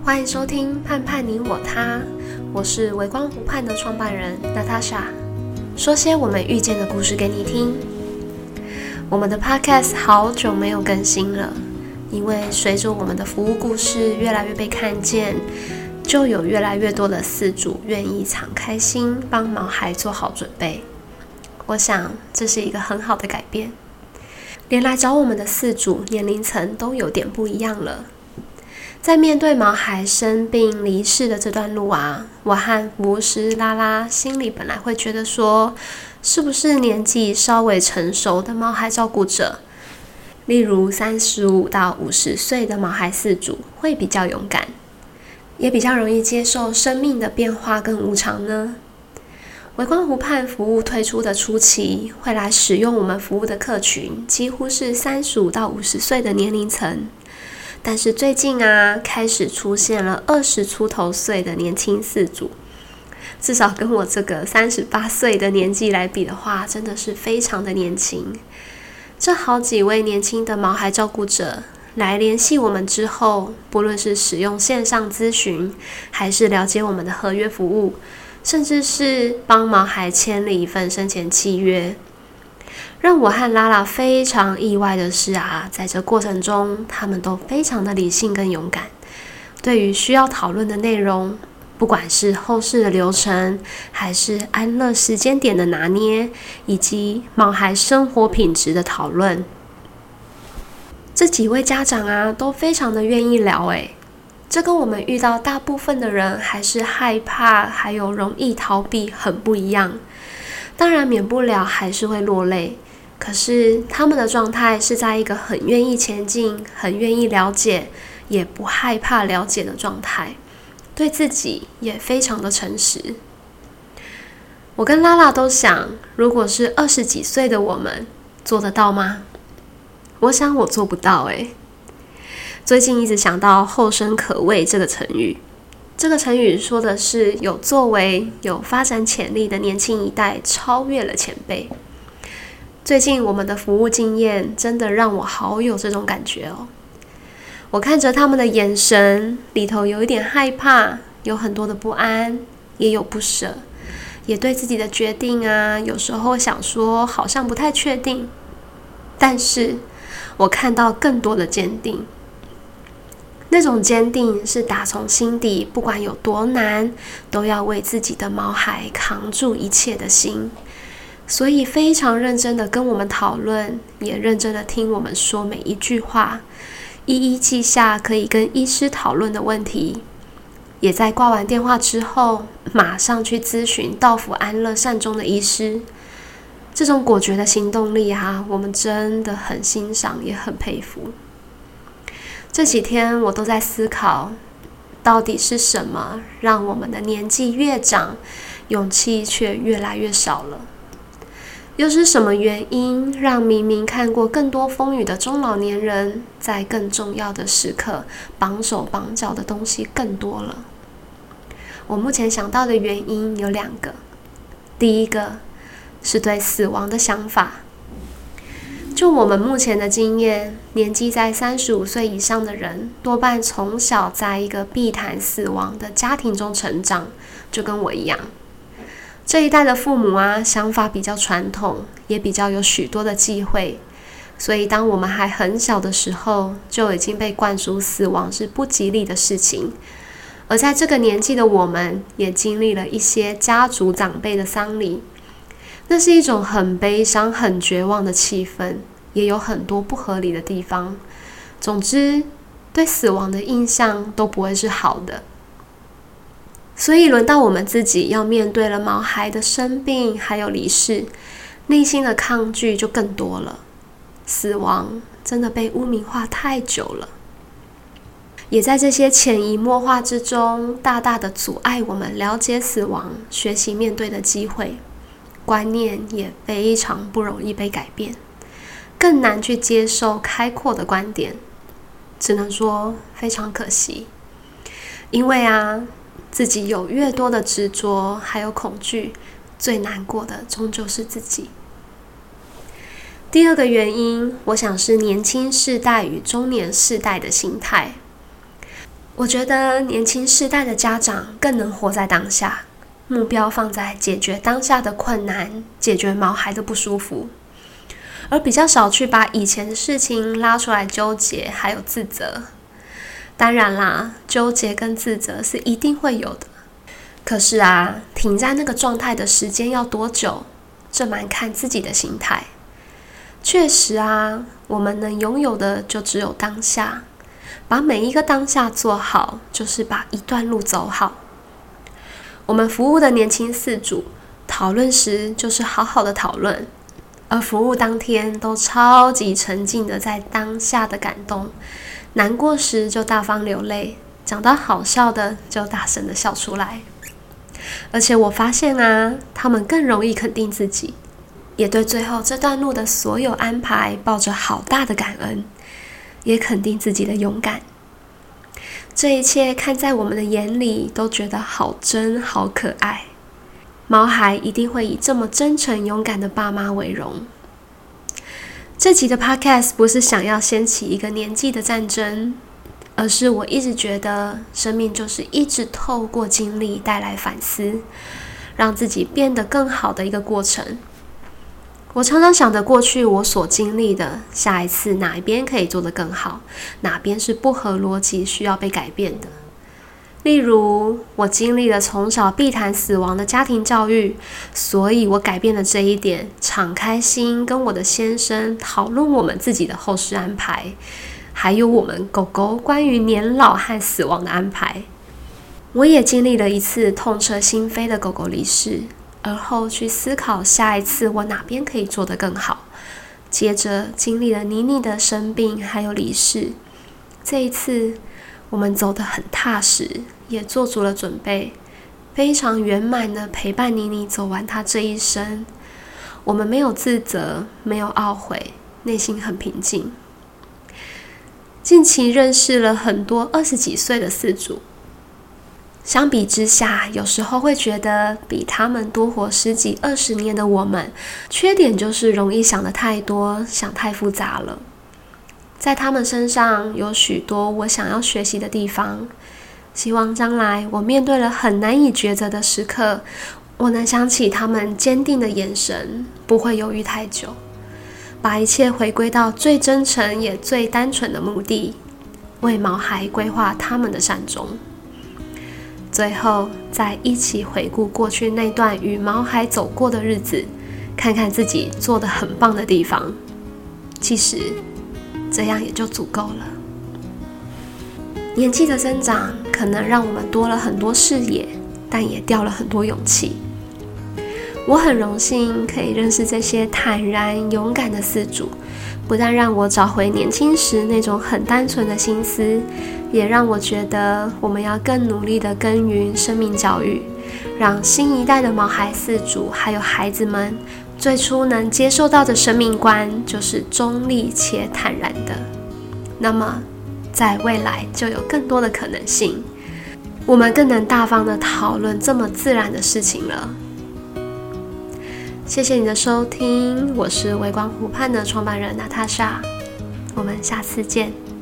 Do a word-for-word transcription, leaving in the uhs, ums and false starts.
欢迎收听盼盼你我他，我是微光湖盼的创办人娜塔莎，说些我们遇见的故事给你听。我们的 podcast 好久没有更新了，因为随着我们的服务故事越来越被看见，就有越来越多的饲主愿意敞开心帮毛孩做好准备。我想这是一个很好的改变，连来找我们的饲主年龄层都有点不一样了。在面对毛孩生病离世的这段路啊，我和服务师拉拉心里本来会觉得说，是不是年纪稍微成熟的毛孩照顾者，例如三十五到五十岁的毛孩饲主会比较勇敢，也比较容易接受生命的变化跟无常呢？微光湖盼服务推出的初期，会来使用我们服务的客群几乎是三十五到五十岁的年龄层。但是最近啊，开始出现了二十出头岁的年轻饲主，至少跟我这个三十八岁的年纪来比的话，真的是非常的年轻。这好几位年轻的毛孩照顾者来联系我们之后，不论是使用线上咨询，还是了解我们的合约服务，甚至是帮毛孩签了一份生前契约。让我和拉拉非常意外的是啊，在这过程中，他们都非常的理性跟勇敢。对于需要讨论的内容，不管是后事的流程，还是安乐时间点的拿捏，以及毛孩生活品质的讨论，这几位家长啊，都非常的愿意聊诶。这跟我们遇到大部分的人还是害怕，还有容易逃避很不一样。当然免不了还是会落泪，可是他们的状态是在一个很愿意前进，很愿意了解，也不害怕了解的状态，对自己也非常的诚实。我跟拉拉都想，如果是二十几岁的我们，做得到吗？我想我做不到诶。最近一直想到后生可畏这个成语，这个成语说的是有作为、有发展潜力的年轻一代超越了前辈。最近我们的服务经验真的让我好有这种感觉哦。我看着他们的眼神里头有一点害怕，有很多的不安，也有不舍，也对自己的决定啊，有时候想说好像不太确定，但是我看到更多的坚定。那种坚定是打从心底，不管有多难，都要为自己的毛孩扛住一切的心。所以非常认真的跟我们讨论，也认真的听我们说每一句话，一一记下可以跟医师讨论的问题，也在挂完电话之后，马上去咨询到府安乐善终的医师。这种果决的行动力啊，我们真的很欣赏，也很佩服。这几天我都在思考，到底是什么让我们的年纪越长，勇气却越来越少了？又是什么原因让明明看过更多风雨的中老年人，在更重要的时刻绑手绑脚的东西更多了？我目前想到的原因有两个。第一个是对死亡的想法。就我们目前的经验，年纪在三十五岁以上的人，多半从小在一个避谈死亡的家庭中成长，就跟我一样。这一代的父母啊，想法比较传统，也比较有许多的忌讳，所以当我们还很小的时候，就已经被灌输死亡是不吉利的事情。而在这个年纪的我们，也经历了一些家族长辈的丧礼。那是一种很悲伤、很绝望的气氛，也有很多不合理的地方。总之，对死亡的印象都不会是好的。所以轮到我们自己要面对了毛孩的生病还有离世，内心的抗拒就更多了。死亡真的被污名化太久了，也在这些潜移默化之中，大大的阻碍我们了解死亡、学习面对的机会。观念也非常不容易被改变，更难去接受开阔的观点，只能说非常可惜。因为啊，自己有越多的执着还有恐惧，最难过的终究是自己。第二个原因，我想是年轻世代与中年世代的心态。 我觉得年轻世代的家长更能活在当下，目标放在解决当下的困难，解决毛孩的不舒服，而比较少去把以前的事情拉出来纠结还有自责。当然啦，纠结跟自责是一定会有的，可是啊，停在那个状态的时间要多久，这蛮看自己的心态。确实啊，我们能拥有的就只有当下，把每一个当下做好，就是把一段路走好。我们服务的年轻饲主，讨论时就是好好的讨论，而服务当天都超级沉浸的在当下的感动，难过时就大方流泪，讲到好笑的就大声的笑出来。而且我发现啊，他们更容易肯定自己，也对最后这段路的所有安排抱着好大的感恩，也肯定自己的勇敢。这一切看在我们的眼里，都觉得好真好可爱。毛孩一定会以这么真诚勇敢的爸妈为荣。这集的 podcast 不是想要掀起一个年纪的战争，而是我一直觉得生命就是一直透过经历带来反思，让自己变得更好的一个过程。我常常想着过去我所经历的，下一次哪一边可以做得更好，哪边是不合逻辑需要被改变的。例如，我经历了从小避谈死亡的家庭教育，所以我改变了这一点，敞开心跟我的先生讨论我们自己的后事安排，还有我们狗狗关于年老和死亡的安排。我也经历了一次痛彻心扉的狗狗离世，而后去思考下一次我哪边可以做得更好。接着经历了妮妮的生病还有离世，这一次我们走得很踏实，也做足了准备，非常圆满的陪伴妮妮走完她这一生。我们没有自责，没有懊悔，内心很平静。近期认识了很多二十几岁的饲主，相比之下，有时候会觉得比他们多活十几二十年的我们，缺点就是容易想得太多，想太复杂了。在他们身上有许多我想要学习的地方，希望将来我面对了很难以抉择的时刻，我能想起他们坚定的眼神，不会犹豫太久，把一切回归到最真诚也最单纯的目的，为毛孩规划他们的善终。最后再一起回顾过去那段与毛孩走过的日子，看看自己做得很棒的地方，其实这样也就足够了。年纪的增长可能让我们多了很多视野，但也掉了很多勇气。我很荣幸可以认识这些坦然勇敢的饲主，不但让我找回年轻时那种很单纯的心思，也让我觉得我们要更努力地耕耘生命教育，让新一代的毛孩饲主还有孩子们最初能接受到的生命观就是中立且坦然的。那么在未来就有更多的可能性，我们更能大方地讨论这么自然的事情了。谢谢你的收听，我是微光湖畔的创办人娜塔莎，我们下次见。